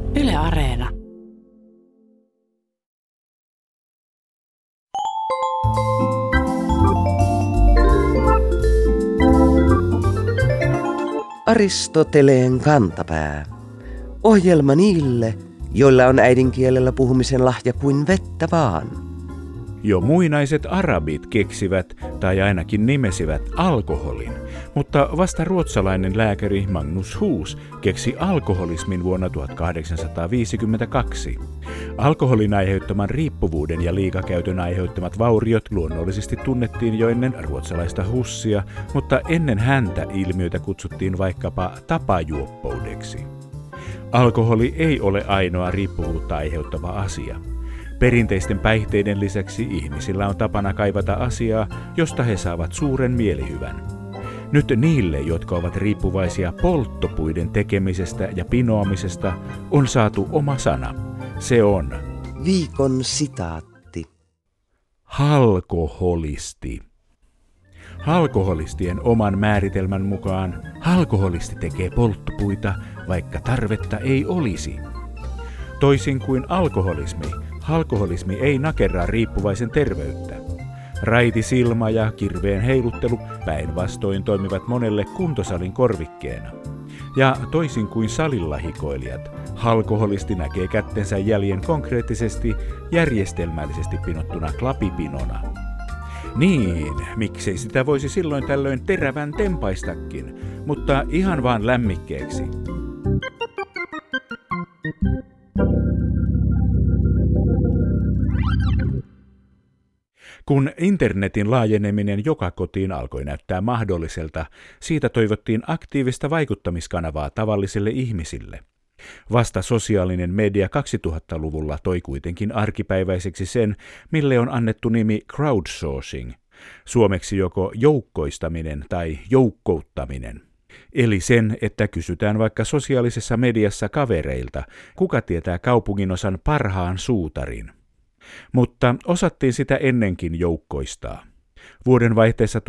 Yle Areena. Aristoteleen kantapää. Ohjelma niille, joilla on äidinkielellä puhumisen lahja kuin vettä vaan. Jo muinaiset arabit keksivät, tai ainakin nimesivät, alkoholin, mutta vasta ruotsalainen lääkäri Magnus Hus keksi alkoholismin vuonna 1852. Alkoholin aiheuttaman riippuvuuden ja liikakäytön aiheuttamat vauriot luonnollisesti tunnettiin jo ennen ruotsalaista Hussia, mutta ennen häntä ilmiötä kutsuttiin vaikkapa tapajuoppoudeksi. Alkoholi ei ole ainoa riippuvuutta aiheuttava asia. Perinteisten päihteiden lisäksi ihmisillä on tapana kaivata asiaa, josta he saavat suuren mielihyvän. Nyt niille, jotka ovat riippuvaisia polttopuiden tekemisestä ja pinoamisesta, on saatu oma sana. Se on Viikon sitaatti. Halkoholisti. Halkoholistien oman määritelmän mukaan halkoholisti tekee polttopuita, vaikka tarvetta ei olisi. Toisin kuin alkoholismi ei nakerra riippuvaisen terveyttä. Raiti silma ja kirveen heiluttelu päinvastoin toimivat monelle kuntosalin korvikkeena. Ja toisin kuin salilla hikoilijat, alkoholisti näkee kättensä jäljen konkreettisesti, järjestelmällisesti pinottuna klapipinona. Niin, miksei sitä voisi silloin tällöin terävän tempaistakin, mutta ihan vaan lämmikkeeksi. Kun internetin laajeneminen joka kotiin alkoi näyttää mahdolliselta, siitä toivottiin aktiivista vaikuttamiskanavaa tavallisille ihmisille. Vasta sosiaalinen media 2000-luvulla toi kuitenkin arkipäiväiseksi sen, mille on annettu nimi crowdsourcing, suomeksi joko joukkoistaminen tai joukkouttaminen. Eli sen, että kysytään vaikka sosiaalisessa mediassa kavereilta, kuka tietää kaupunginosan parhaan suutarin. Mutta osattiin sitä ennenkin joukkoistaa. Vuodenvaihteessa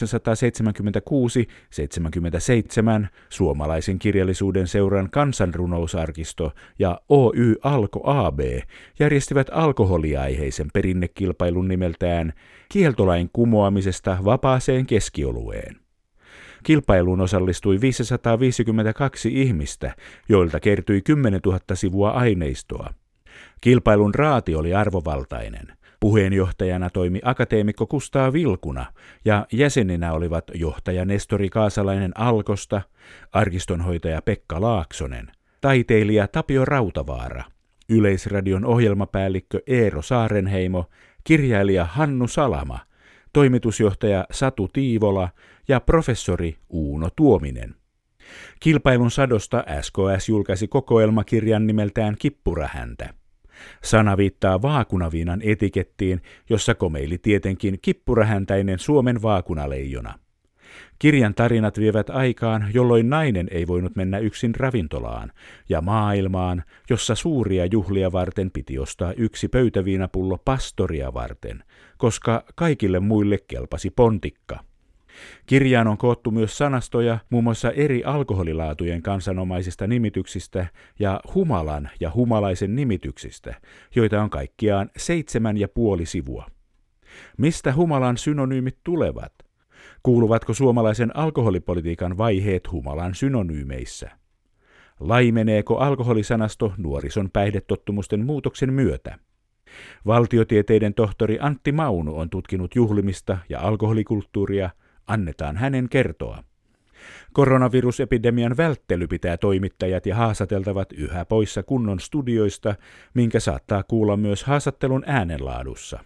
1976-77 Suomalaisen kirjallisuuden seuran kansanrunousarkisto ja Oy Alko AB järjestivät alkoholiaiheisen perinnekilpailun nimeltään Kieltolain kumoamisesta vapaaseen keskiolueen. Kilpailuun osallistui 552 ihmistä, joilta kertyi 10 000 sivua aineistoa. Kilpailun raati oli arvovaltainen. Puheenjohtajana toimi akateemikko Kustaa Vilkuna ja jäseninä olivat johtaja Nestori Kaasalainen Alkosta, arkistonhoitaja Pekka Laaksonen, taiteilija Tapio Rautavaara, Yleisradion ohjelmapäällikkö Eero Saarenheimo, kirjailija Hannu Salama, toimitusjohtaja Satu Tiivola ja professori Uuno Tuominen. Kilpailun sadosta SKS julkaisi kokoelmakirjan nimeltään Kippurähäntä. Sana viittaa vaakunaviinan etikettiin, jossa komeili tietenkin kippurähäntäinen Suomen vaakunaleijona. Kirjan tarinat vievät aikaan, jolloin nainen ei voinut mennä yksin ravintolaan, ja maailmaan, jossa suuria juhlia varten piti ostaa yksi pöytäviinapullo pastoria varten, koska kaikille muille kelpasi pontikka. Kirjaan on koottu myös sanastoja muun muassa eri alkoholilaatujen kansanomaisista nimityksistä ja humalan ja humalaisen nimityksistä, joita on kaikkiaan 7,5 sivua. Mistä humalan synonyymit tulevat? Kuuluvatko suomalaisen alkoholipolitiikan vaiheet humalan synonyymeissä? Laimeneeko alkoholisanasto nuorison päihdetottumusten muutoksen myötä? Valtiotieteiden tohtori Antti Maunu on tutkinut juhlimista ja alkoholikulttuuria. Annetaan hänen kertoa. Koronavirusepidemian välttely pitää toimittajat ja haastateltavat yhä poissa kunnon studioista, minkä saattaa kuulla myös haastattelun äänenlaadussa.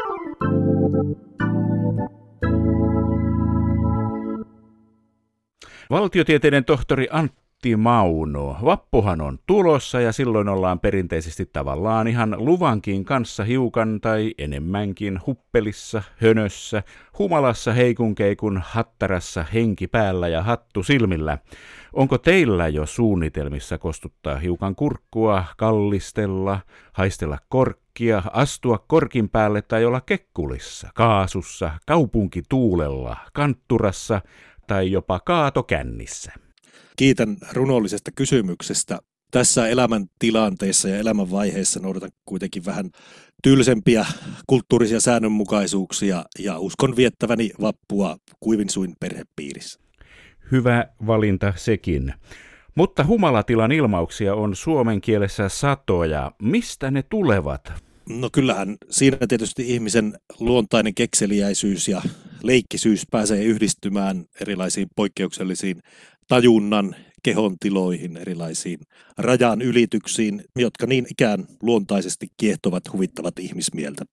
Valtiotieteiden tohtori Antti Mauno, vappuhan on tulossa ja silloin ollaan perinteisesti tavallaan ihan luvankin kanssa hiukan tai enemmänkin huppelissa, hönössä, humalassa heikunkeikun hattarassa henki päällä ja hattu silmillä. Onko teillä jo suunnitelmissa kostuttaa hiukan kurkkua, kallistella, haistella korkkia, astua korkin päälle tai olla kekkulissa, kaasussa, kaupunkituulella, kantturassa tai jopa kaatokännissä? Kiitän runollisesta kysymyksestä. Tässä elämäntilanteessa ja elämänvaiheessa noudatan kuitenkin vähän tylsempiä kulttuurisia säännönmukaisuuksia ja uskon viettäväni vappua kuivin suin perhepiirissä. Hyvä valinta sekin. Mutta humalatilan ilmauksia on suomen kielessä satoja. Mistä ne tulevat? No kyllähän siinä tietysti ihmisen luontainen kekseliäisyys ja leikkisyys pääsee yhdistymään erilaisiin poikkeuksellisiin tajunnan kehon tiloihin, erilaisiin rajan ylityksiin, jotka niin ikään luontaisesti kiehtovat, huvittavat ihmismieltä.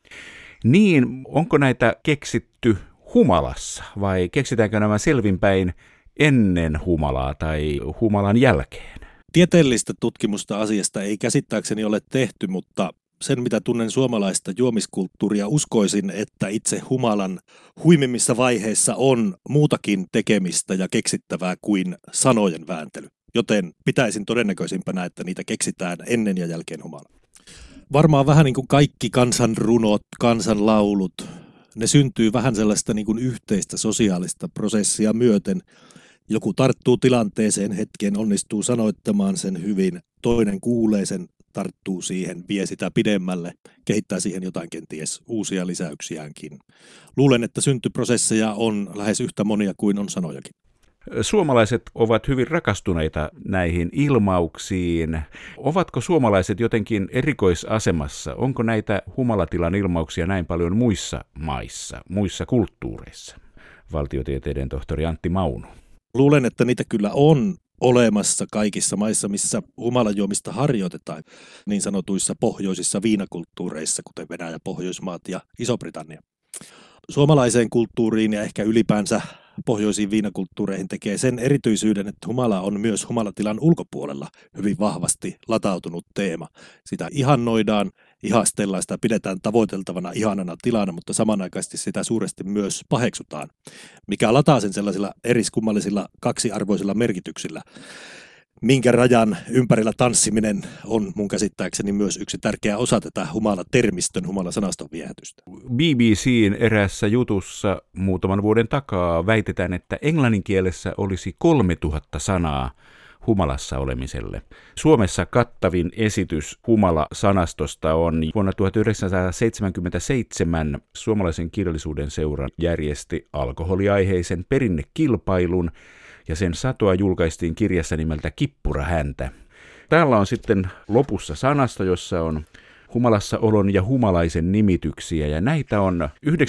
Niin, onko näitä keksitty humalassa vai keksitäänkö nämä selvinpäin ennen humalaa tai humalan jälkeen? Tieteellistä tutkimusta asiasta ei käsittääkseni ole tehty, mutta sen mitä tunnen suomalaista juomiskulttuuria, uskoisin, että itse humalan huimimmissa vaiheissa on muutakin tekemistä ja keksittävää kuin sanojen vääntely. Joten pitäisin todennäköisimpänä, että niitä keksitään ennen ja jälkeen humalan. Varmaan vähän niin kuin kaikki kansanrunot, kansanlaulut, ne syntyy vähän sellaista niin kuin yhteistä sosiaalista prosessia myöten. Joku tarttuu tilanteeseen hetkeen, onnistuu sanoittamaan sen hyvin, toinen kuulee sen, tarttuu siihen, vie sitä pidemmälle, kehittää siihen jotain kenties uusia lisäyksiäänkin. Luulen, että syntyprosesseja on lähes yhtä monia kuin on sanojakin. Suomalaiset ovat hyvin rakastuneita näihin ilmauksiin. Ovatko suomalaiset jotenkin erikoisasemassa? Onko näitä humalatilan ilmauksia näin paljon muissa maissa, muissa kulttuureissa? Valtiotieteiden tohtori Antti Mauno. Luulen, että niitä kyllä on olemassa kaikissa maissa, missä humalajuomista harjoitetaan, niin sanotuissa pohjoisissa viinakulttuureissa, kuten Venäjä, Pohjoismaat ja Iso-Britannia. Suomalaiseen kulttuuriin ja ehkä ylipäänsä pohjoisiin viinakulttuureihin tekee sen erityisyyden, että humala on myös humalatilan ulkopuolella hyvin vahvasti latautunut teema. Sitä ihannoidaan, ihastellaan, sitä pidetään tavoiteltavana ihanana tilana, mutta samanaikaisesti sitä suuresti myös paheksutaan, mikä lataa sen sellaisilla eriskummallisilla kaksiarvoisilla merkityksillä. Minkä rajan ympärillä tanssiminen on mun käsittääkseni myös yksi tärkeä osa tätä humala-termistön, humala-sanaston viehätystä. BBC:n eräässä jutussa muutaman vuoden takaa väitetään, että englannin kielessä olisi 3000 sanaa humalassa olemiselle. Suomessa kattavin esitys humala-sanastosta on vuonna 1977 Suomalaisen kirjallisuuden seuran järjesti alkoholiaiheisen perinnekilpailun, ja sen satoa julkaistiin kirjassa nimeltä Kippurahäntä. Täällä on sitten lopussa sanasto, jossa on humalassa olon ja humalaisen nimityksiä, ja näitä on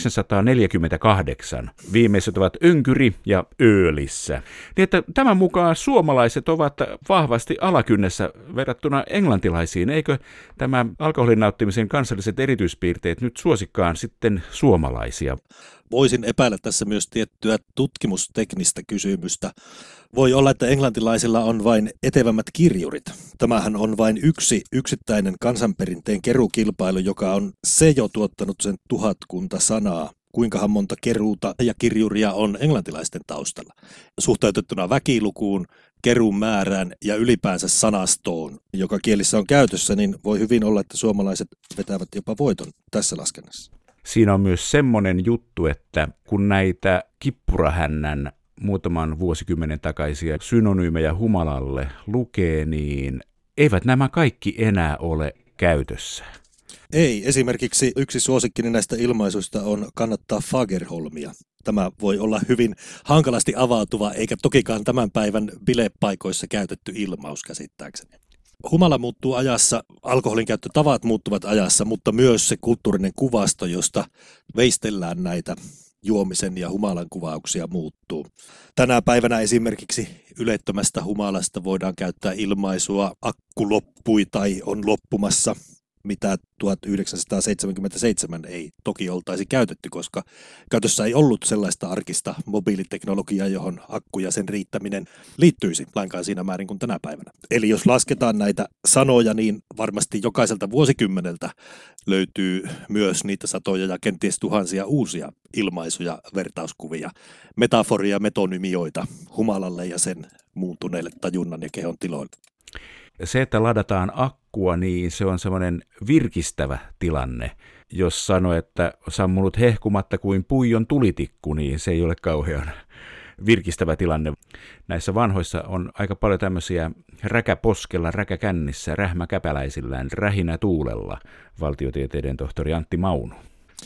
948. Viimeiset ovat önkyri ja öölissä. Niin että tämän mukaan suomalaiset ovat vahvasti alakynnessä verrattuna englantilaisiin. Eikö tämä alkoholin nauttimisen kansalliset erityispiirteet nyt suosikkaan sitten suomalaisia? Voisin epäillä tässä myös tiettyä tutkimusteknistä kysymystä. Voi olla, että englantilaisilla on vain etevämmät kirjurit. Tämähän on vain yksi yksittäinen kansanperinteen kerukilpailu, joka on se jo tuottanut sen 1000 sanaa. Kuinkahan monta keruuta ja kirjuria on englantilaisten taustalla. Suhteutettuna väkilukuun, keruun määrään ja ylipäänsä sanastoon, joka kielissä on käytössä, niin voi hyvin olla, että suomalaiset vetävät jopa voiton tässä laskennassa. Siinä on myös semmoinen juttu, että kun näitä Kippurahännän muutaman vuosikymmenen takaisia synonyymejä humalalle lukee, niin eivät nämä kaikki enää ole käytössä. Ei, esimerkiksi yksi suosikkini näistä ilmaisuista on kannattaa Fagerholmia. Tämä voi olla hyvin hankalasti avautuva, eikä tokikaan tämän päivän bilepaikoissa käytetty ilmaus käsittääkseni. Humala muuttuu ajassa, alkoholin käyttötavat muuttuvat ajassa, mutta myös se kulttuurinen kuvasto, josta veistellään näitä juomisen ja humalan kuvauksia muuttuu. Tänä päivänä esimerkiksi ylettömästä humalasta voidaan käyttää ilmaisua akku loppui tai on loppumassa, mitä 1977 ei toki oltaisi käytetty, koska käytössä ei ollut sellaista arkista mobiiliteknologiaa, johon akku ja sen riittäminen liittyisi lainkaan siinä määrin kuin tänä päivänä. Eli jos lasketaan näitä sanoja, niin varmasti jokaiselta vuosikymmeneltä löytyy myös niitä satoja ja kenties tuhansia uusia ilmaisuja, vertauskuvia, metaforia, metonymioita humalalle ja sen muuntuneille tajunnan ja kehon tiloille. Se, että ladataan akkua, niin se on semmoinen virkistävä tilanne. Jos sanoo, että sammunut hehkumatta kuin puijon tulitikku, niin se ei ole kauhean virkistävä tilanne. Näissä vanhoissa on aika paljon tämmöisiä räkä poskella, räkä kännissä, rähmä käpäläisillään, rähinä tuulella, valtiotieteiden tohtori Antti Mauno.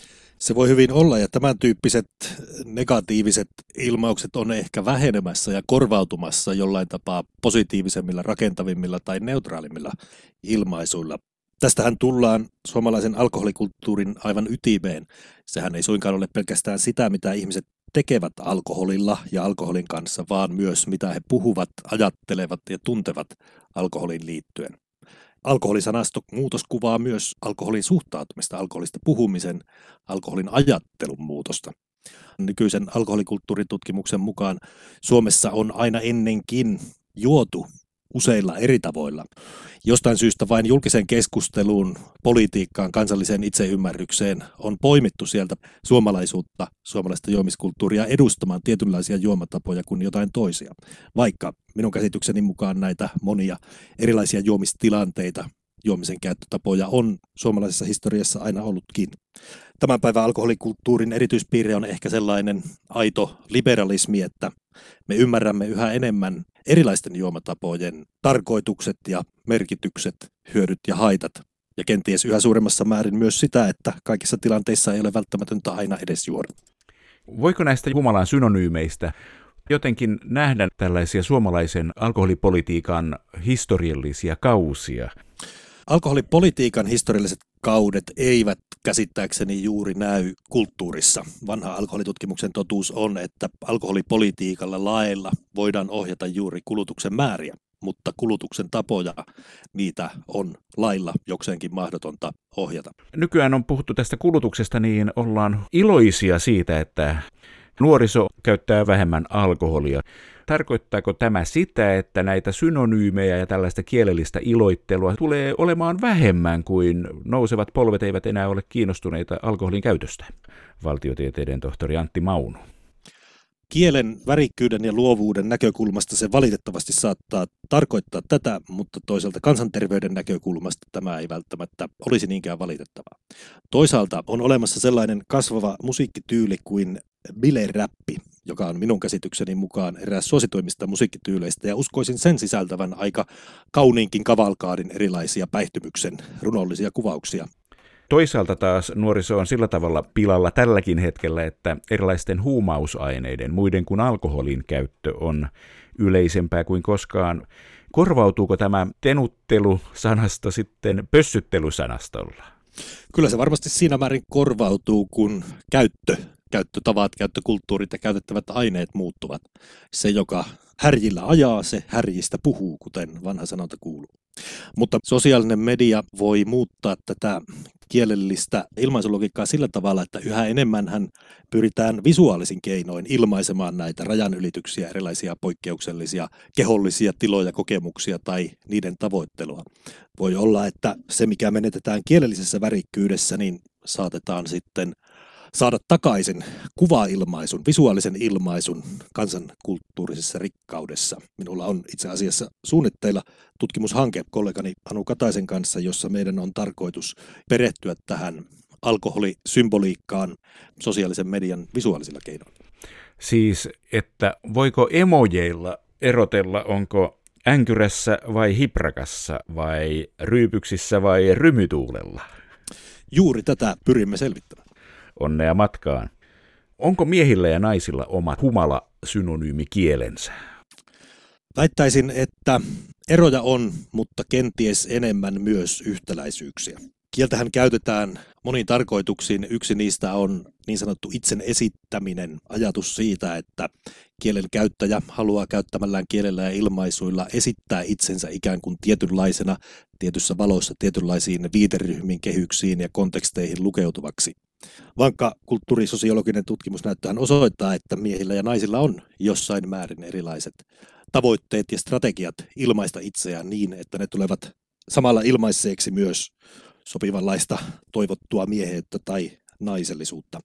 Se voi hyvin olla, ja tämän tyyppiset negatiiviset ilmaukset on ehkä vähenemässä ja korvautumassa jollain tapaa positiivisemmilla, rakentavimmilla tai neutraalimmilla ilmaisuilla. Tästähän tullaan suomalaisen alkoholikulttuurin aivan ytimeen. Sehän ei suinkaan ole pelkästään sitä, mitä ihmiset tekevät alkoholilla ja alkoholin kanssa, vaan myös mitä he puhuvat, ajattelevat ja tuntevat alkoholiin liittyen. Alkoholisanasto muutos kuvaa myös alkoholin suhtautumista, alkoholista puhumisen, alkoholin ajattelun muutosta. Nykyisen alkoholikulttuuritutkimuksen mukaan Suomessa on aina ennenkin juotu useilla eri tavoilla. Jostain syystä vain julkiseen keskusteluun, politiikkaan, kansalliseen itseymmärrykseen on poimittu sieltä suomalaisuutta, suomalaista juomiskulttuuria edustamaan tietynlaisia juomatapoja kuin jotain toisia. Vaikka minun käsitykseni mukaan näitä monia erilaisia juomistilanteita, juomisen käyttötapoja on suomalaisessa historiassa aina ollutkin. Tämän päivän alkoholikulttuurin erityispiirre on ehkä sellainen aito liberalismi, että me ymmärrämme yhä enemmän erilaisten juomatapojen tarkoitukset ja merkitykset, hyödyt ja haitat. Ja kenties yhä suuremmassa määrin myös sitä, että kaikissa tilanteissa ei ole välttämätöntä aina edes juoda. Voiko näistä Jumalan synonyymeistä jotenkin nähdä tällaisia suomalaisen alkoholipolitiikan historiallisia kausia? Alkoholipolitiikan historialliset kaudet eivät käsittääkseni juuri näy kulttuurissa. Vanha alkoholitutkimuksen totuus on, että alkoholipolitiikalla lailla voidaan ohjata juuri kulutuksen määriä, mutta kulutuksen tapoja, niitä on lailla jokseenkin mahdotonta ohjata. Nykyään on puhuttu tästä kulutuksesta, niin ollaan iloisia siitä, että nuoriso käyttää vähemmän alkoholia. Tarkoittaako tämä sitä, että näitä synonyymejä ja tällaista kielellistä iloittelua tulee olemaan vähemmän kuin nousevat polvet eivät enää ole kiinnostuneita alkoholin käytöstä? Valtiotieteiden tohtori Antti Mauno. Kielen värikkyyden ja luovuuden näkökulmasta se valitettavasti saattaa tarkoittaa tätä, mutta toisaalta kansanterveyden näkökulmasta tämä ei välttämättä olisi niinkään valitettavaa. Toisaalta on olemassa sellainen kasvava musiikkityyli kuin bileräppi, joka on minun käsitykseni mukaan eräs suosituimmista musiikkityyleistä, ja uskoisin sen sisältävän aika kauniinkin kavalkaadin erilaisia päihtymyksen runollisia kuvauksia. Toisaalta taas nuoriso on sillä tavalla pilalla tälläkin hetkellä, että erilaisten huumausaineiden, muiden kuin alkoholin käyttö on yleisempää kuin koskaan. Korvautuuko tämä tenuttelu-sanasto sitten pössyttelysanastolla? Kyllä se varmasti siinä määrin korvautuu, kun käyttötavat, käyttökulttuurit ja käytettävät aineet muuttuvat. Se, joka härjillä ajaa, se härjistä puhuu, kuten vanha sanonta kuuluu. Mutta sosiaalinen media voi muuttaa tätä kielellistä ilmaisulogiikkaa sillä tavalla, että yhä enemmänhän pyritään visuaalisin keinoin ilmaisemaan näitä rajanylityksiä, erilaisia poikkeuksellisia kehollisia tiloja, kokemuksia tai niiden tavoittelua. Voi olla, että se, mikä menetetään kielellisessä värikkyydessä, niin saatetaan sitten saada takaisin kuvailmaisun, visuaalisen ilmaisun kansankulttuurisessa rikkaudessa. Minulla on itse asiassa suunnitteilla tutkimushanke kollegani Anu Kataisen kanssa, jossa meidän on tarkoitus perehtyä tähän alkoholisymboliikkaan sosiaalisen median visuaalisilla keinoilla. Siis, että voiko emojeilla erotella, onko änkyrässä vai hiprakassa vai ryypyksissä vai rymytuulella? Juuri tätä pyrimme selvittämään. Onnea matkaan. Onko miehillä ja naisilla oma humala-synonyymi kielensä? Väittäisin, että eroja on, mutta kenties enemmän myös yhtäläisyyksiä. Kieltähän käytetään moniin tarkoituksiin. Yksi niistä on niin sanottu itsen esittäminen, ajatus siitä, että kielen käyttäjä haluaa käyttämällään kielellä ja ilmaisuilla esittää itsensä ikään kuin tietynlaisena, tietyssä valossa, tietynlaisiin viiteryhmiin, kehyksiin ja konteksteihin lukeutuvaksi. Vankka kulttuurisosiologinen tutkimusnäyttöhän osoittaa, että miehillä ja naisilla on jossain määrin erilaiset tavoitteet ja strategiat ilmaista itseään niin, että ne tulevat samalla ilmaiseeksi myös sopivanlaista toivottua mieheyttä tai naisellisuutta.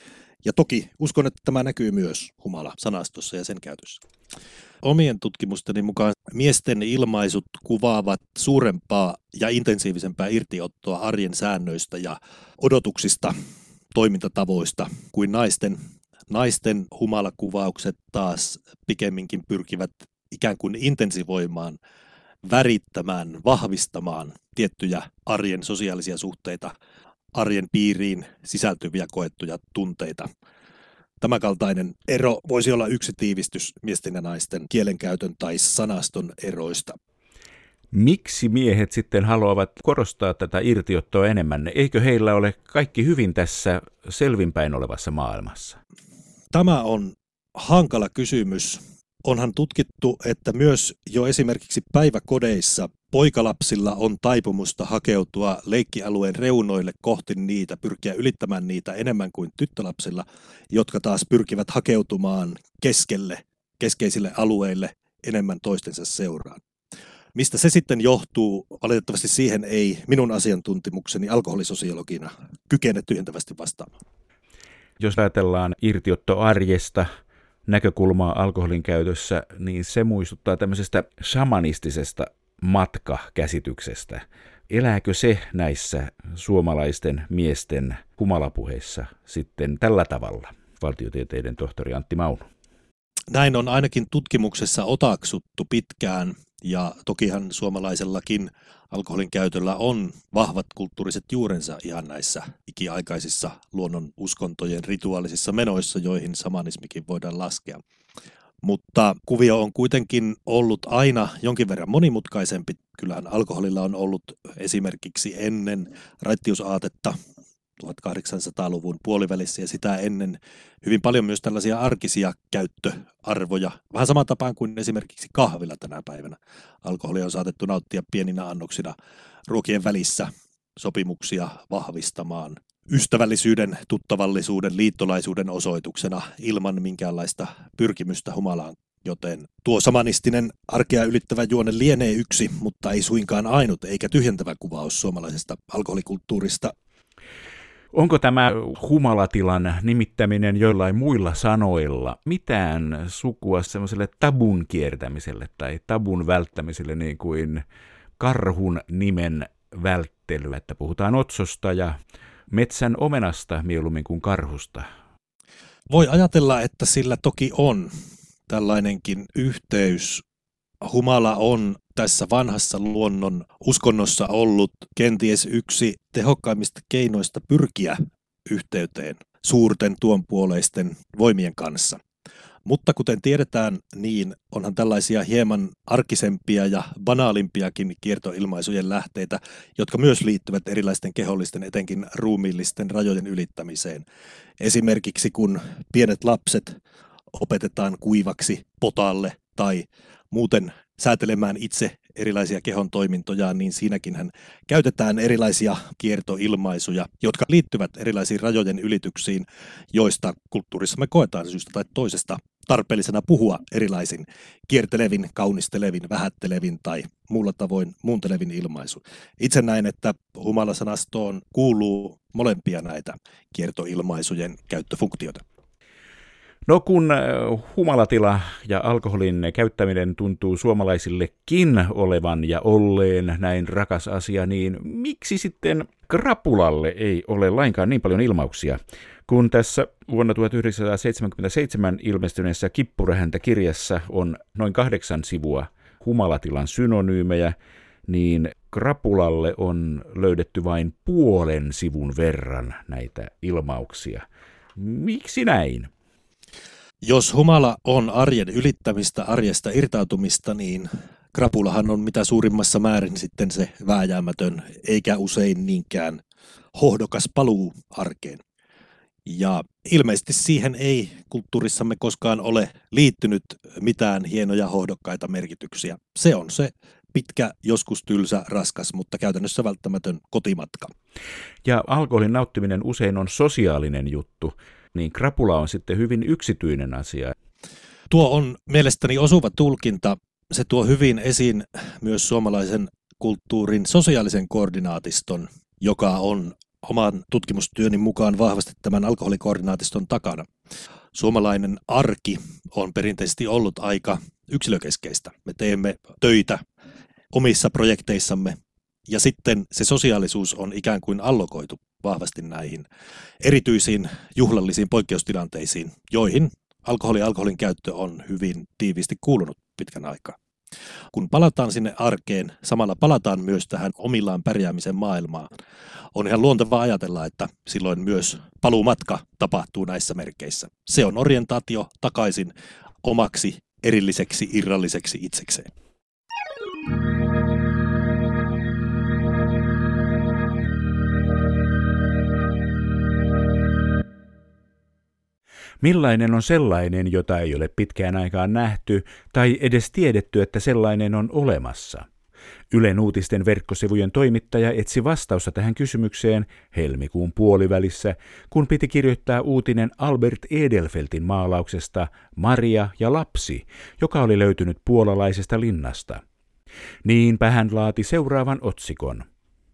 Ja toki uskon, että tämä näkyy myös humala-sanastossa ja sen käytössä. Omien tutkimusteni mukaan miesten ilmaisut kuvaavat suurempaa ja intensiivisempää irtiottoa arjen säännöistä ja odotuksista, toimintatavoista kuin naisten. Naisten humalakuvaukset taas pikemminkin pyrkivät ikään kuin intensivoimaan, värittämään, vahvistamaan tiettyjä arjen sosiaalisia suhteita, arjen piiriin sisältyviä koettuja tunteita. Tämänkaltainen ero voisi olla yksi tiivistys miesten ja naisten kielenkäytön tai sanaston eroista. Miksi miehet sitten haluavat korostaa tätä irtiottoa enemmän? Eikö heillä ole kaikki hyvin tässä selvinpäin olevassa maailmassa? Tämä on hankala kysymys. Onhan tutkittu, että myös jo esimerkiksi päiväkodeissa poikalapsilla on taipumusta hakeutua leikkialueen reunoille kohti niitä, pyrkiä ylittämään niitä enemmän kuin tyttölapsilla, jotka taas pyrkivät hakeutumaan keskeisille alueille enemmän toistensa seuraan. Mistä se sitten johtuu? Valitettavasti siihen ei minun asiantuntemukseni alkoholisosiologina kykene tyhjentävästi vastaamaan. Jos ajatellaan irtiottoarjesta näkökulmaa alkoholin käytössä, niin se muistuttaa tämmöisestä shamanistisesta matkakäsityksestä. Elääkö se näissä suomalaisten miesten humalapuheissa sitten tällä tavalla, valtiotieteiden tohtori Antti Mauno? Näin on ainakin tutkimuksessa otaksuttu pitkään, ja tokihan suomalaisellakin alkoholin käytöllä on vahvat kulttuuriset juurensa ihan näissä ikiaikaisissa luonnon uskontojen rituaalisissa menoissa, joihin shamanismikin voidaan laskea. Mutta kuvio on kuitenkin ollut aina jonkin verran monimutkaisempi. Kyllähän alkoholilla on ollut esimerkiksi ennen raittiusaatetta 1800-luvun puolivälissä ja sitä ennen hyvin paljon myös tällaisia arkisia käyttöarvoja. Vähän saman tapaan kuin esimerkiksi kahvilla tänä päivänä. Alkoholia on saatettu nauttia pieninä annoksina ruokien välissä sopimuksia vahvistamaan ystävällisyyden, tuttavallisuuden, liittolaisuuden osoituksena ilman minkäänlaista pyrkimystä humalaan. Joten tuo samanistinen arkea ylittävä juone lienee yksi, mutta ei suinkaan ainut eikä tyhjentävä kuvaus suomalaisesta alkoholikulttuurista. Onko tämä humalatilan nimittäminen joillain muilla sanoilla mitään sukua semmoiselle tabun kiertämiselle tai tabun välttämiselle, niin kuin karhun nimen välttely, että puhutaan otsosta ja metsän omenasta mieluummin kuin karhusta? Voi ajatella, että sillä toki on tällainenkin yhteys. Humala on tässä vanhassa luonnon uskonnossa ollut kenties yksi tehokkaimmista keinoista pyrkiä yhteyteen suurten tuonpuoleisten voimien kanssa. Mutta kuten tiedetään, niin onhan tällaisia hieman arkisempia ja banaalimpiakin kiertoilmaisujen lähteitä, jotka myös liittyvät erilaisten kehollisten, etenkin ruumiillisten rajojen ylittämiseen. Esimerkiksi kun pienet lapset opetetaan kuivaksi potalle tai muuten säätelemään itse erilaisia kehon toimintojaan, niin siinäkinhän käytetään erilaisia kiertoilmaisuja, jotka liittyvät erilaisiin rajojen ylityksiin, joista kulttuurissamme koetaan syystä tai toisesta tarpeellisena puhua erilaisin kiertelevin, kaunistelevin, vähättelevin tai muulla tavoin muuntelevin ilmaisu. Itse näen, että humalasanastoon kuuluu molempia näitä kiertoilmaisujen käyttöfunktioita. No kun humalatila ja alkoholin käyttäminen tuntuu suomalaisillekin olevan ja olleen näin rakas asia, niin miksi sitten krapulalle ei ole lainkaan niin paljon ilmauksia? Kun tässä vuonna 1977 ilmestyneessä Kippurähäntä-kirjassa on noin 8 sivua humalatilan synonyymejä, niin krapulalle on löydetty vain puolen sivun verran näitä ilmauksia. Miksi näin? Jos humala on arjen ylittämistä, arjesta irtautumista, niin krapulahan on mitä suurimmassa määrin sitten se vääjäämätön, eikä usein niinkään hohdokas paluu arkeen. Ja ilmeisesti siihen ei kulttuurissamme koskaan ole liittynyt mitään hienoja hohdokkaita merkityksiä. Se on se pitkä, joskus tylsä, raskas, mutta käytännössä välttämätön kotimatka. Ja alkoholin nauttiminen usein on sosiaalinen juttu, niin krapula on sitten hyvin yksityinen asia. Tuo on mielestäni osuva tulkinta. Se tuo hyvin esiin myös suomalaisen kulttuurin sosiaalisen koordinaatiston, joka on oman tutkimustyöni mukaan vahvasti tämän alkoholikoordinaatiston takana. Suomalainen arki on perinteisesti ollut aika yksilökeskeistä. Me teemme töitä omissa projekteissamme Ja sitten se sosiaalisuus on ikään kuin allokoitu vahvasti näihin erityisiin juhlallisiin poikkeustilanteisiin, joihin alkoholin käyttö on hyvin tiiviisti kuulunut pitkän aikaa. Kun palataan sinne arkeen, samalla palataan myös tähän omillaan pärjäämisen maailmaan. On ihan luontevaa ajatella, että silloin myös paluumatka tapahtuu näissä merkeissä. Se on orientaatio takaisin omaksi erilliseksi, irralliseksi itsekseen. Millainen on sellainen, jota ei ole pitkään aikaan nähty tai edes tiedetty, että sellainen on olemassa? Ylen uutisten verkkosivujen toimittaja etsi vastausta tähän kysymykseen helmikuun puolivälissä, kun piti kirjoittaa uutinen Albert Edelfeltin maalauksesta Maria ja lapsi, joka oli löytynyt puolalaisesta linnasta. Niinpä hän laati seuraavan otsikon.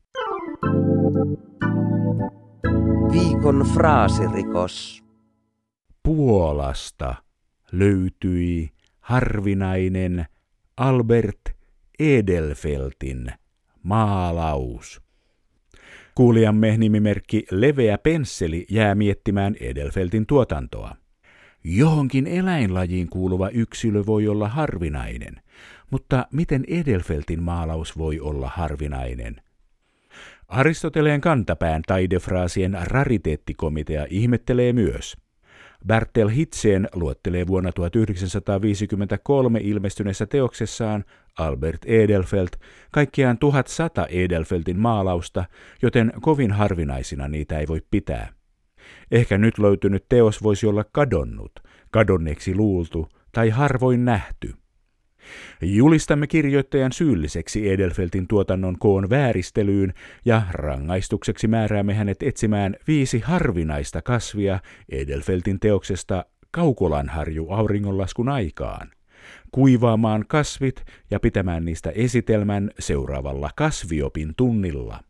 Viikon fraasirikos. Puolasta löytyi harvinainen Albert Edelfeltin maalaus. Kuulijamme nimimerkki Leveä Pensseli jää miettimään Edelfeltin tuotantoa. Johonkin eläinlajiin kuuluva yksilö voi olla harvinainen, mutta miten Edelfeltin maalaus voi olla harvinainen? Aristoteleen kantapään taidefraasien rariteettikomitea ihmettelee myös. Bertel Hitzen luettelee vuonna 1953 ilmestyneessä teoksessaan Albert Edelfelt kaikkiaan 1100 Edelfeltin maalausta, joten kovin harvinaisina niitä ei voi pitää. Ehkä nyt löytynyt teos voisi olla kadonnut, kadonneeksi luultu tai harvoin nähty. Julistamme kirjoittajan syylliseksi Edelfeltin tuotannon koon vääristelyyn ja rangaistukseksi määräämme hänet etsimään 5 harvinaista kasvia Edelfeltin teoksesta Kaukolanharju auringonlaskun aikaan, kuivaamaan kasvit ja pitämään niistä esitelmän seuraavalla kasviopin tunnilla.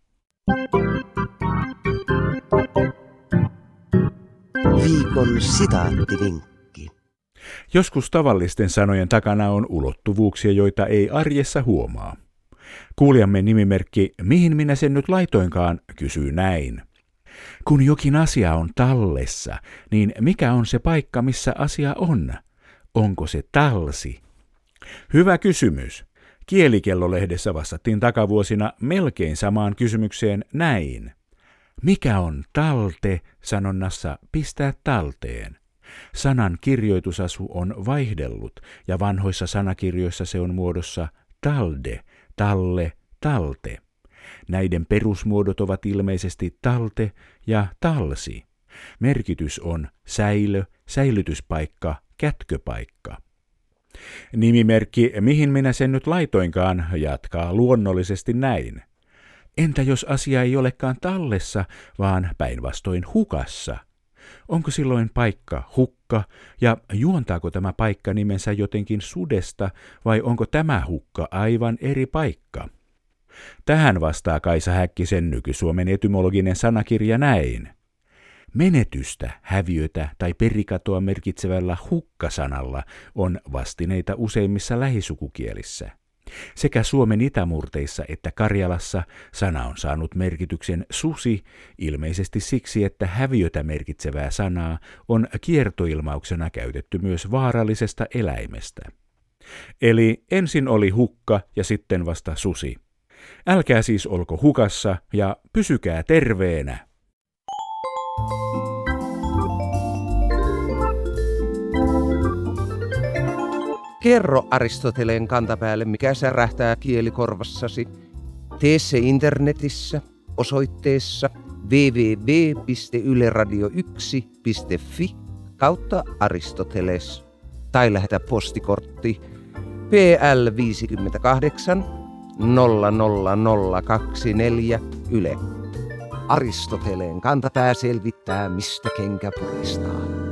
Viikon sitaattivinkki. Joskus tavallisten sanojen takana on ulottuvuuksia, joita ei arjessa huomaa. Kuulijamme nimimerkki Mihin minä sen nyt laitoinkaan kysyy näin. Kun jokin asia on tallessa, niin mikä on se paikka, missä asia on? Onko se talsi? Hyvä kysymys. Kielikellolehdessä vastattiin takavuosina melkein samaan kysymykseen näin. Mikä on talte sanonnassa pistää talteen? Sanan kirjoitusasu on vaihdellut ja vanhoissa sanakirjoissa se on muodossa talde, talle, talte. Näiden perusmuodot ovat ilmeisesti talte ja talsi. Merkitys on säilö, säilytyspaikka, kätköpaikka. Nimimerkki Mihin minä sen nyt laitoinkaan jatkaa luonnollisesti näin. Entä jos asia ei olekaan tallessa, vaan päinvastoin hukassa? Onko silloin paikka hukka ja juontaako tämä paikka nimensä jotenkin sudesta vai onko tämä hukka aivan eri paikka? Tähän vastaa Kaisa Häkkisen Nyky-Suomen etymologinen sanakirja näin. Menetystä, häviötä tai perikatoa merkitsevällä hukkasanalla on vastineita useimmissa lähisukukielissä. Sekä Suomen itämurteissa että Karjalassa sana on saanut merkityksen susi ilmeisesti siksi, että häviötä merkitsevää sanaa on kiertoilmauksena käytetty myös vaarallisesta eläimestä. Eli ensin oli hukka ja sitten vasta susi. Älkää siis olko hukassa ja pysykää terveenä. Kerro Aristoteleen kantapäälle, mikä särähtää kielikorvassasi. Tee se internetissä osoitteessa www.yleradio1.fi/Aristoteles tai lähetä postikortti PL 58 00024 Yle. Aristoteleen kantapää selvittää, mistä kenkä puristaa.